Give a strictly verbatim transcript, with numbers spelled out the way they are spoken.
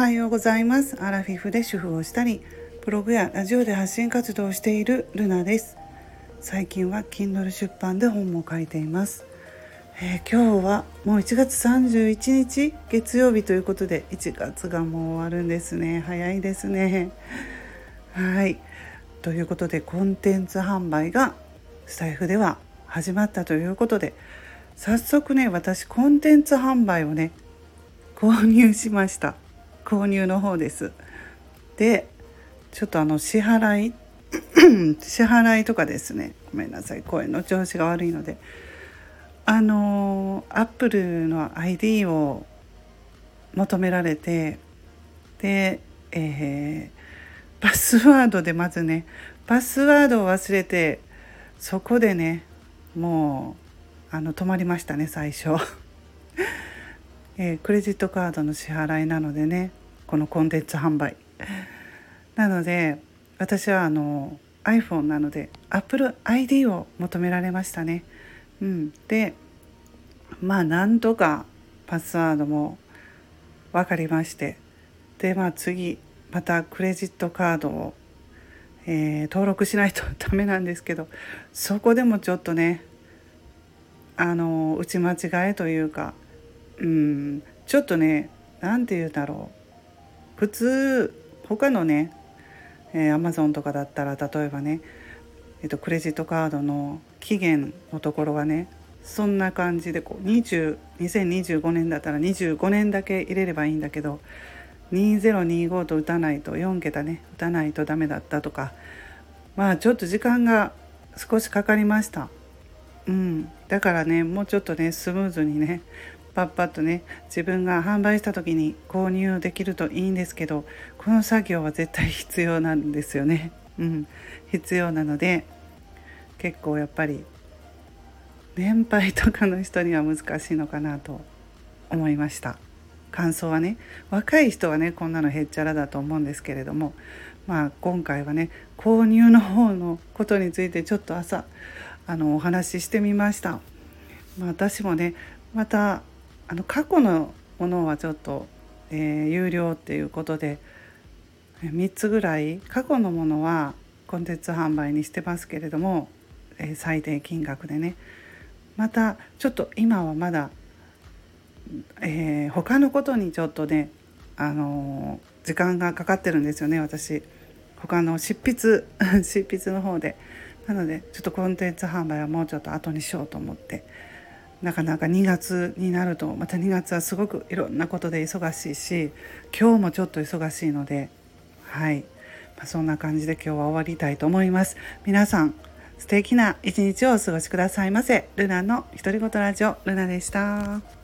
はようございます。アラフィフで主婦をしたりブログやラジオで発信活動をしているルナです。最近は Kindle 出版で本も書いています。えー、今日はもういちがつさんじゅういちにち月曜日ということでいちがつがもう終わるんですね。早いですね。はいということでコンテンツ販売がスタイフでは始まったということで、早速ね私コンテンツ販売をね購入しました。購入の方です。でちょっとあの支払い支払いとかですね、ごめんなさい声の調子が悪いので、あのアップルの アイディー を求められて、で、えー、パスワードでまずねパスワードを忘れて、そこでねもうあの止まりましたね最初えー、クレジットカードの支払いなのでね、このコンテンツ販売なので私はあの iPhone なので Apple アイディー を求められましたね。うん、でまあなんとかパスワードも分かりまして、でまあ次またクレジットカードを、えー、登録しないとダメなんですけど、そこでもちょっとねあの打ち間違えというか、うんちょっとねなんて言うだろう、普通他のね、えー、Amazon とかだったら例えばね、えっと、クレジットカードの期限のところはねそんな感じでこうにじゅう にせんにじゅうごねんだったらにじゅうごねんだけ入れればいいんだけど、にせんにじゅうごと打たないとよんけたね打たないとダメだったとか、まあちょっと時間が少しかかりました。うん、だからねもうちょっとねスムーズにねパッパッとね自分が販売した時に購入できるといいんですけど、この作業は絶対必要なんですよね。うん、必要なので結構やっぱり年配とかの人には難しいのかなと思いました。感想はね、若い人はねこんなのへっちゃらだと思うんですけれども、まあ今回はね購入の方のことについてちょっと朝あのお話ししてみました。まあ、私もねまたあの過去のものはちょっと、えー、有料っていうことでみっつぐらい過去のものはコンテンツ販売にしてますけれども、えー、最低金額でね、またちょっと今はまだ、えー、他のことにちょっとね、あのー、時間がかかってるんですよね私。他の執筆執筆の方で、なのでちょっとコンテンツ販売はもうちょっと後にしようと思って、なかなかにがつになるとまたにがつはすごくいろんなことで忙しいし、今日もちょっと忙しいので、はい、まあ、そんな感じで今日は終わりたいと思います。皆さん素敵な一日をお過ごしくださいませ。ルナの独り言ラジオルナでした。